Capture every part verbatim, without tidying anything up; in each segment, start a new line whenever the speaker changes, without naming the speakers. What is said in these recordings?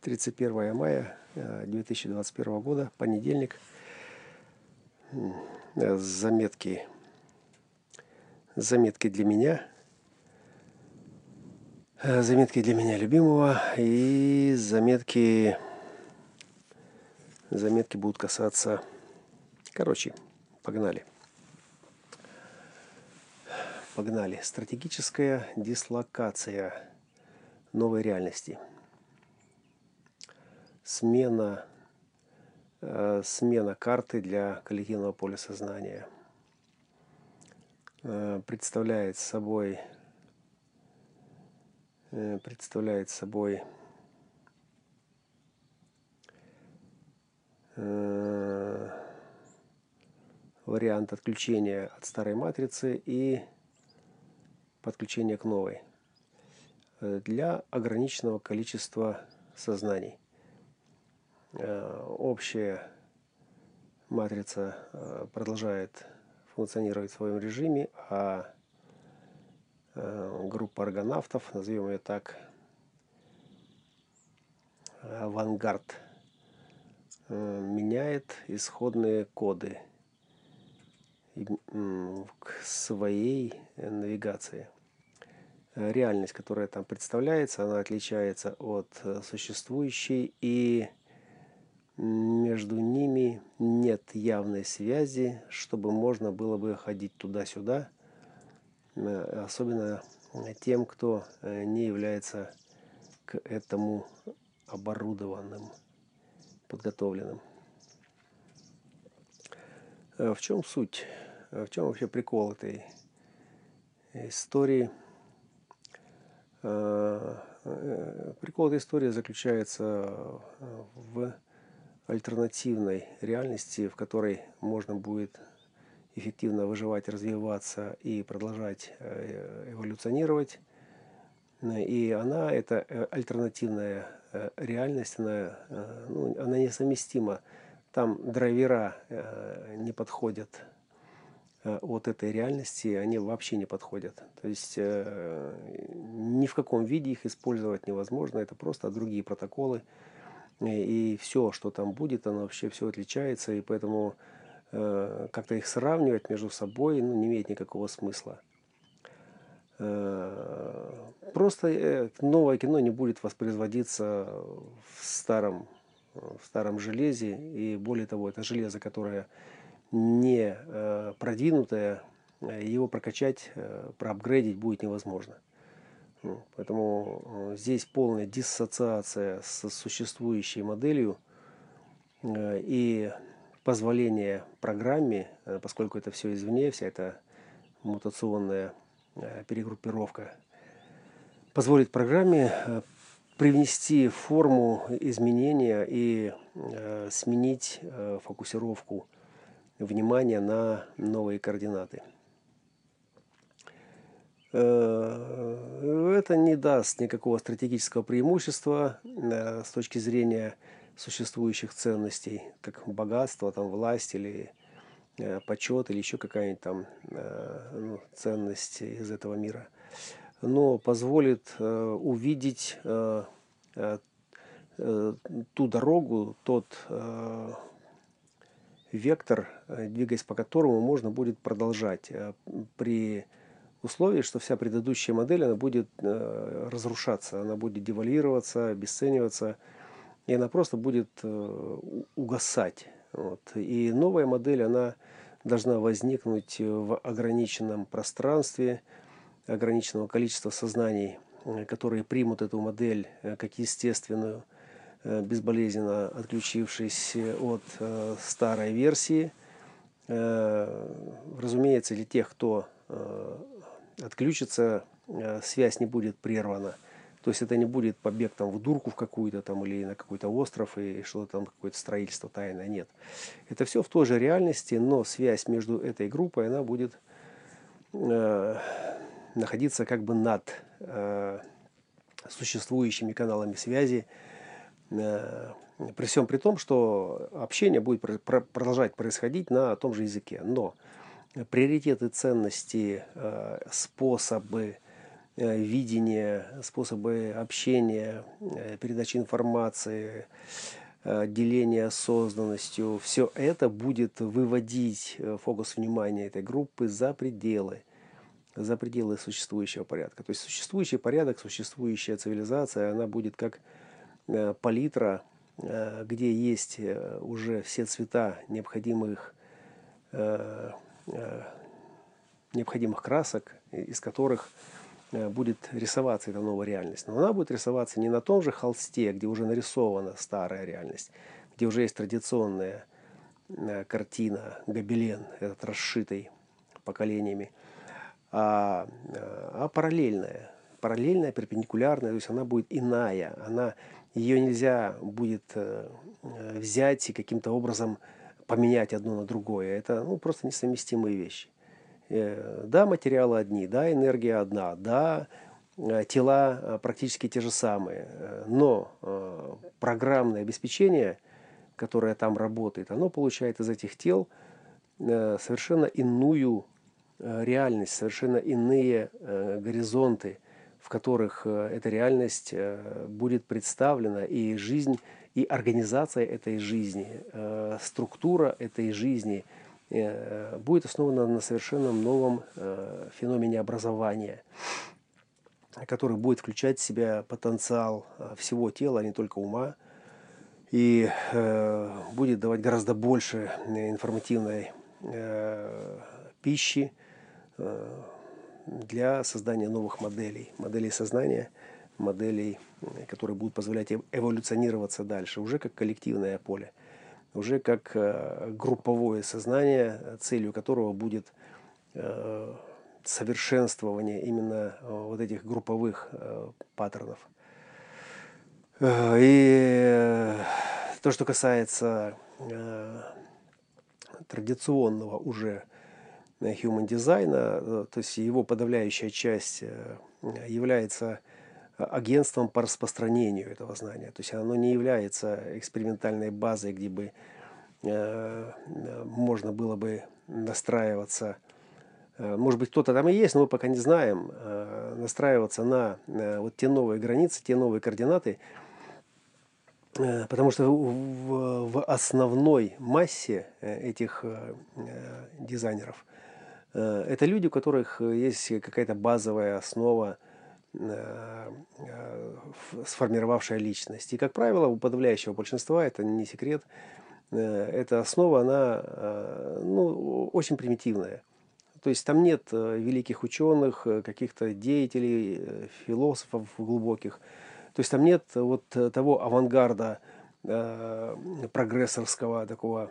тридцать первое мая две тысячи двадцать первого года, понедельник. Заметки, заметки для меня, заметки для меня любимого, и заметки, заметки будут касаться, короче, погнали. Погнали. Стратегическая дислокация новой реальности. Смена, э, смена карты для коллективного поля сознания э, представляет собой, э, представляет собой э, вариант отключения от старой матрицы и подключения к новой для ограниченного количества сознаний. Общая матрица продолжает функционировать в своем режиме, а группа аргонавтов, назовем ее так, авангард, меняет исходные коды к своей навигации. Реальность, которая там представляется, она отличается от существующей, и между ними нет явной связи, чтобы можно было бы ходить туда-сюда, особенно тем, кто не является к этому оборудованным, подготовленным. В чем суть? В чем вообще прикол этой истории? Прикол этой истории заключается в альтернативной реальности, в которой можно будет эффективно выживать, развиваться и продолжать эволюционировать. И она, эта альтернативная реальность, она, ну, она несовместима. Там драйвера не подходят от этой реальности, они вообще не подходят. То есть э, ни в каком виде их использовать невозможно. Это просто другие протоколы. И, и все, что там будет, оно вообще все отличается. И поэтому э, как-то их сравнивать между собой, ну, не имеет никакого смысла. Э, просто э, новое кино не будет воспроизводиться в старом, в старом железе. И более того, это железо, которое не э, продвинутое, его прокачать, э, проапгрейдить будет невозможно. Ну, поэтому э, здесь полная диссоциация с существующей моделью э, и позволение программе, э, поскольку это все извне, вся эта мутационная э, перегруппировка, позволит программе э, привнести форму изменения и э, сменить э, фокусировку внимание на новые координаты. Это не даст никакого стратегического преимущества с точки зрения существующих ценностей, как богатство, там, власть или почет, или еще какая-нибудь там ну, ценность из этого мира. Но позволит увидеть ту дорогу, тот вектор, двигаясь по которому можно будет продолжать при условии, что вся предыдущая модель она будет разрушаться, она будет девальвироваться, обесцениваться, и она просто будет угасать. Вот. И новая модель, она должна возникнуть в ограниченном пространстве, ограниченного количества сознаний, которые примут эту модель как естественную, безболезненно отключившись от э, старой версии. Э, разумеется, для тех, кто э, отключится, э, связь не будет прервана. То есть это не будет побег там в дурку в какую-то там или на какой-то остров и что-то там, какое-то строительство тайное. Нет. Это все в той же реальности, но связь между этой группой, она будет э, находиться как бы над э, существующими каналами связи, при всем при том, что общение будет продолжать происходить на том же языке. Но приоритеты, ценности, способы видения, способы общения, передачи информации, деления осознанностью, все это будет выводить фокус внимания этой группы за пределы, за пределы существующего порядка. То есть существующий порядок, существующая цивилизация, она будет как палитра, где есть уже все цвета необходимых, необходимых красок, из которых будет рисоваться эта новая реальность. Но она будет рисоваться не на том же холсте, где уже нарисована старая реальность, где уже есть традиционная картина, гобелен, этот расшитый поколениями, а, а параллельная. Параллельная, перпендикулярная, то есть она будет иная. Она, ее нельзя будет взять и каким-то образом поменять одно на другое. Это ну, просто несовместимые вещи. Да, материалы одни, да, энергия одна, да, тела практически те же самые, но программное обеспечение, которое там работает, оно получает из этих тел совершенно иную реальность, совершенно иные горизонты, в которых эта реальность будет представлена, и жизнь, и организация этой жизни, структура этой жизни – будет основана на совершенно новом э, феномене образования, который будет включать в себя потенциал всего тела, а не только ума, и э, будет давать гораздо больше информативной э, пищи э, для создания новых моделей, моделей сознания, моделей, которые будут позволять эволюционироваться дальше, уже как коллективное поле, уже как групповое сознание, целью которого будет совершенствование именно вот этих групповых паттернов. И то, что касается традиционного уже human дизайна, то есть его подавляющая часть является агентством по распространению этого знания. То есть оно не является экспериментальной базой, где бы э, можно было бы настраиваться. Может быть, кто-то там и есть, но мы пока не знаем. Э, настраиваться на э, вот те новые границы, те новые координаты. Э, потому что в, в основной массе этих э, дизайнеров э, это люди, у которых есть какая-то базовая основа, сформировавшая личность. И, как правило, у подавляющего большинства, это не секрет, эта основа, она ну, очень примитивная. То есть там нет великих ученых, каких-то деятелей, философов глубоких. То есть там нет вот того авангарда прогрессорского, такого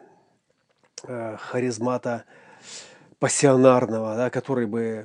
харизмата пассионарного, да, который бы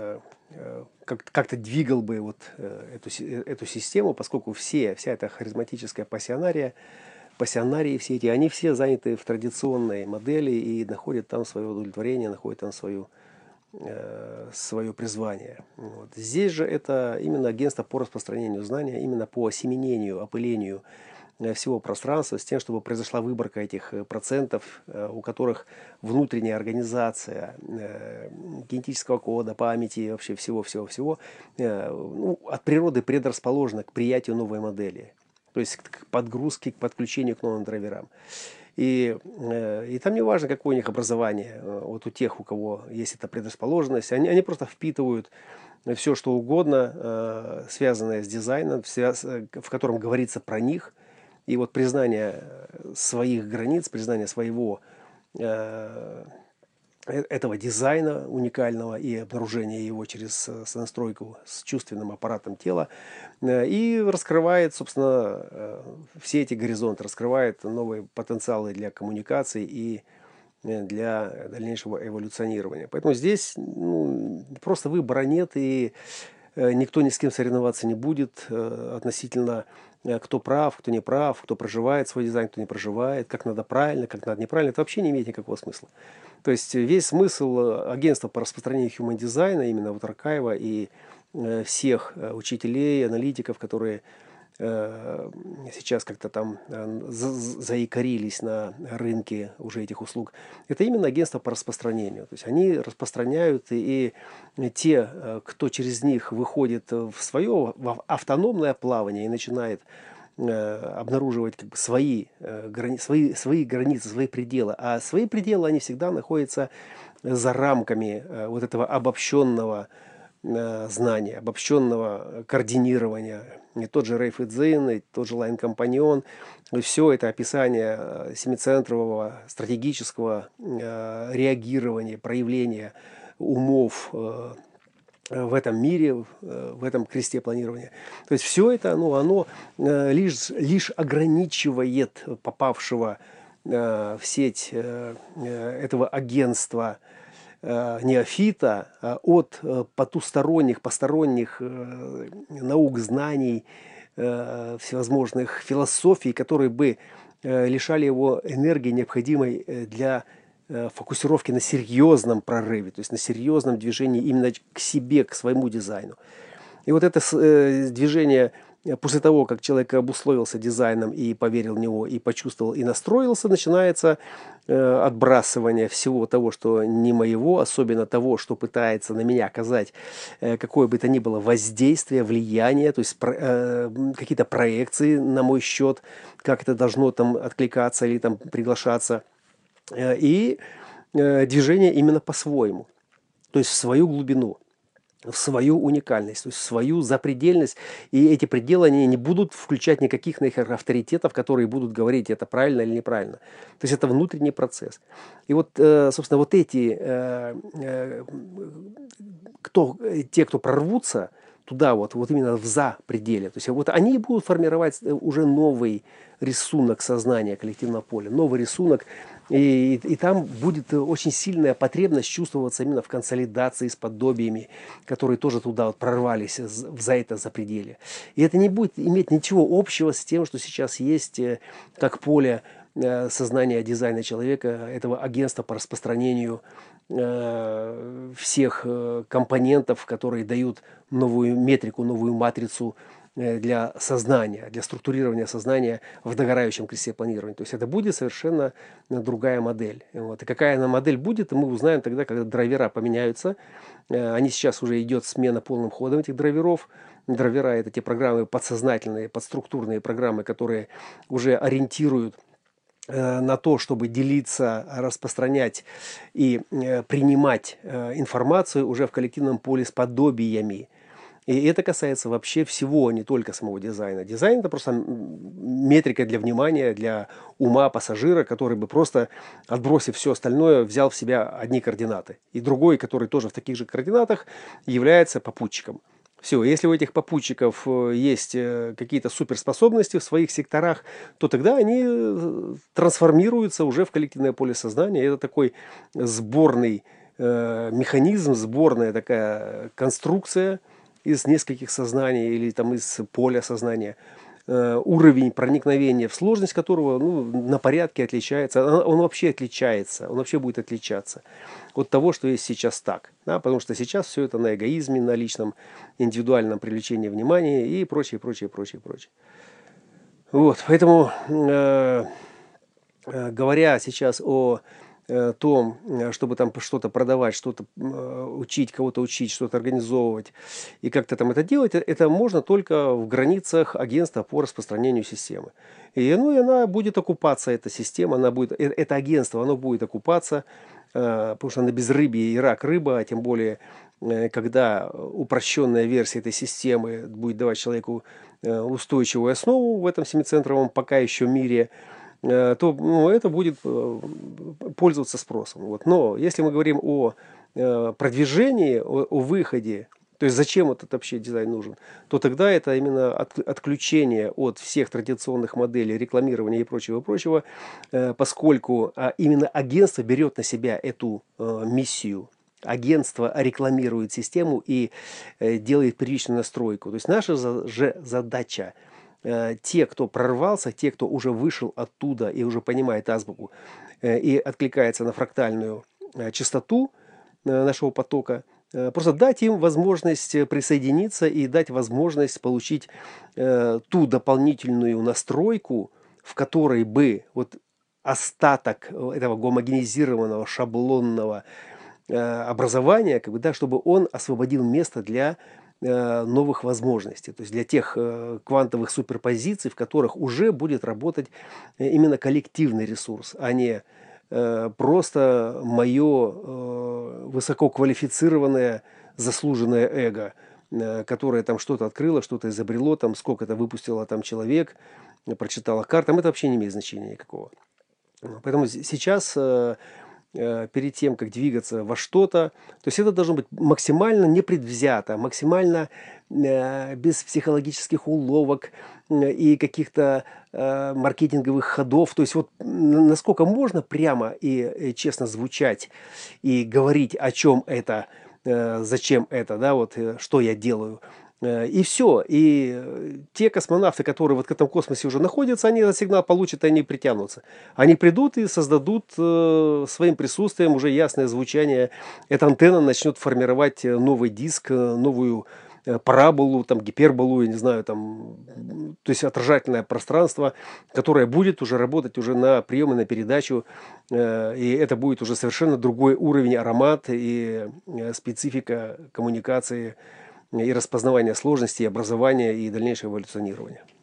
как-то двигал бы вот эту, эту систему, поскольку все, вся эта харизматическая пассионария, пассионарии все эти, они все заняты в традиционной модели и находят там свое удовлетворение, находят там свою, э, свое призвание. Вот. Здесь же это именно агентство по распространению знания, именно по осеменению, опылению всего пространства, с тем, чтобы произошла выборка этих процентов, у которых внутренняя организация генетического кода, памяти, вообще всего-всего-всего ну, от природы предрасположена к приятию новой модели, то есть к подгрузке, к подключению к новым драйверам. И, и там не важно, какое у них образование, вот у тех, у кого есть эта предрасположенность, они, они просто впитывают все, что угодно, связанное с дизайном, в котором говорится про них. И вот признание своих границ, признание своего э, этого дизайна уникального и обнаружение его через сонастройку с чувственным аппаратом тела э, и раскрывает, собственно, э, все эти горизонты, раскрывает новые потенциалы для коммуникации и для дальнейшего эволюционирования. Поэтому здесь ну, просто выбора нет, и э, никто ни с кем соревноваться не будет э, относительно кто прав, кто не прав, кто проживает свой дизайн, кто не проживает, как надо правильно, как надо неправильно, это вообще не имеет никакого смысла. То есть весь смысл агентства по распространению human дизайна, именно вот Аркаева и всех учителей, аналитиков, которые э, сейчас как-то там э, за- заикарились на рынке уже этих услуг, это именно агентства по распространению. То есть они распространяют, и, и те, э, кто через них выходит в свое в автономное плавание и начинает э, обнаруживать как бы свои, э, грани, свои, свои границы, свои пределы. А свои пределы, они всегда находятся за рамками э, вот этого обобщенного э, знания, обобщенного координирования. И тот же Рэй Фэдзин, и тот же Лайн Компаньон, все это описание э, семицентрового стратегического э, реагирования, проявления умов э, в этом мире, э, в этом кресте планирования. То есть все это, ну, оно э, лишь, лишь ограничивает попавшего э, в сеть э, э, этого агентства э, неофита э, от э, потусторонних, посторонних э, наук, знаний, э, всевозможных философий, которые бы э, лишали его энергии, необходимой э, для э, фокусировки на серьезном прорыве, то есть на серьезном движении именно к себе, к своему дизайну. И вот это э, движение э, после того, как человек обусловился дизайном и поверил в него, и почувствовал, и настроился, начинается э, отбрасывание всего того, что не моего, особенно того, что пытается на меня оказать э, какое бы то ни было воздействие, влияние, то есть про, э, какие-то проекции на мой счет, как это должно там откликаться или там приглашаться. Э, и э, движение именно по-своему, то есть в свою глубину, в свою уникальность, то есть в свою запредельность. И эти пределы, они не будут включать никаких нахер авторитетов, которые будут говорить, это правильно или неправильно. То есть это внутренний процесс. И вот, э, собственно, вот эти, э, э, кто, э, те, кто прорвутся туда, вот, вот именно в за пределе, то есть вот они будут формировать уже новый рисунок сознания коллективного поля, новый рисунок, и, и, и там будет очень сильная потребность чувствоваться именно в консолидации с подобиями, которые тоже туда вот прорвались за это запределье. И это не будет иметь ничего общего с тем, что сейчас есть как поле э, сознания дизайна человека, этого агентства по распространению э, всех э, компонентов, которые дают новую метрику, новую матрицу э, для сознания, для структурирования сознания в догорающем кресте планирования. То есть это будет совершенно другая модель. Вот. И какая она модель будет, мы узнаем тогда, когда драйвера поменяются. Э, Они сейчас уже идет смена полным ходом этих драйверов. Драйвера — это те программы подсознательные, подструктурные программы, которые уже ориентируют э, на то, чтобы делиться, распространять и э, принимать э, информацию уже в коллективном поле с подобиями. И это касается вообще всего, не только самого дизайна. Дизайн — это просто метрика для внимания, для ума пассажира, который бы просто, отбросив все остальное, взял в себя одни координаты. И другой, который тоже в таких же координатах, является попутчиком. Все, если у этих попутчиков есть какие-то суперспособности в своих секторах, то тогда они трансформируются уже в коллективное поле сознания. Это такой сборный э, механизм, сборная такая конструкция из нескольких сознаний или там из поля сознания, э, уровень проникновения в сложность которого ну, на порядке отличается, он, он вообще отличается, он вообще будет отличаться от того, что есть сейчас так. Да, потому что сейчас все это на эгоизме, на личном индивидуальном привлечении внимания и прочее, прочее, прочее, прочее. Вот, поэтому, э, э, говоря сейчас о э, том, э, чтобы там что-то продавать, что-то э, учить, кого-то учить, что-то организовывать и как-то там это делать, э, это можно только в границах агентства по распространению системы. И, ну, и она будет окупаться, эта система, она будет, э, это агентство, оно будет окупаться, э, потому что на безрыбье и рак рыба, а тем более, э, когда упрощенная версия этой системы будет давать человеку э, устойчивую основу в этом семицентровом пока еще мире, э, то ну, это будет э, пользоваться спросом. Вот. Но если мы говорим о э, продвижении, о, о выходе, то есть зачем этот вообще дизайн нужен, то тогда это именно от, отключение от всех традиционных моделей рекламирования и прочего-прочего, э, поскольку а, именно агентство берет на себя эту э, миссию. Агентство рекламирует систему и э, делает первичную настройку. То есть наша за, же задача э, те, кто прорвался, те, кто уже вышел оттуда и уже понимает азбуку э, и откликается на фрактальную э, частоту э, нашего потока, Э, Просто дать им возможность э, присоединиться и дать возможность получить э, ту дополнительную настройку, в которой бы вот остаток э, этого гомогенизированного шаблонного э, образования, как бы, да, чтобы он освободил место для э, новых возможностей, то есть для тех э, квантовых суперпозиций, в которых уже будет работать э, именно коллективный ресурс, а не э, просто мое э, высококвалифицированное заслуженное эго, э, которое там что-то открыло, что-то изобрело, там сколько-то выпустило там человек, э, прочитало карт, там это вообще не имеет значения никакого. Поэтому с- сейчас э, э, перед тем, как двигаться во что-то, то есть это должно быть максимально непредвзято, максимально э, без психологических уловок э, и каких-то э, маркетинговых ходов. То есть вот н- насколько можно прямо и, э, честно звучать и говорить, о чем это, э, зачем это, да, вот э, что я делаю. Э, И все. И э, те космонавты, которые вот в этом космосе уже находятся, они этот сигнал получат, и они притянутся. Они придут и создадут э, своим присутствием уже ясное звучание. Эта антенна начнет формировать э, новый диск, э, новую э, параболу, там, гиперболу, я не знаю, там, м, то есть отражательное пространство, которое будет уже работать уже на прием и на передачу. Э, и это будет уже совершенно другой уровень, аромат и э, специфика коммуникации и распознавания сложностей, образования и дальнейшего эволюционирования.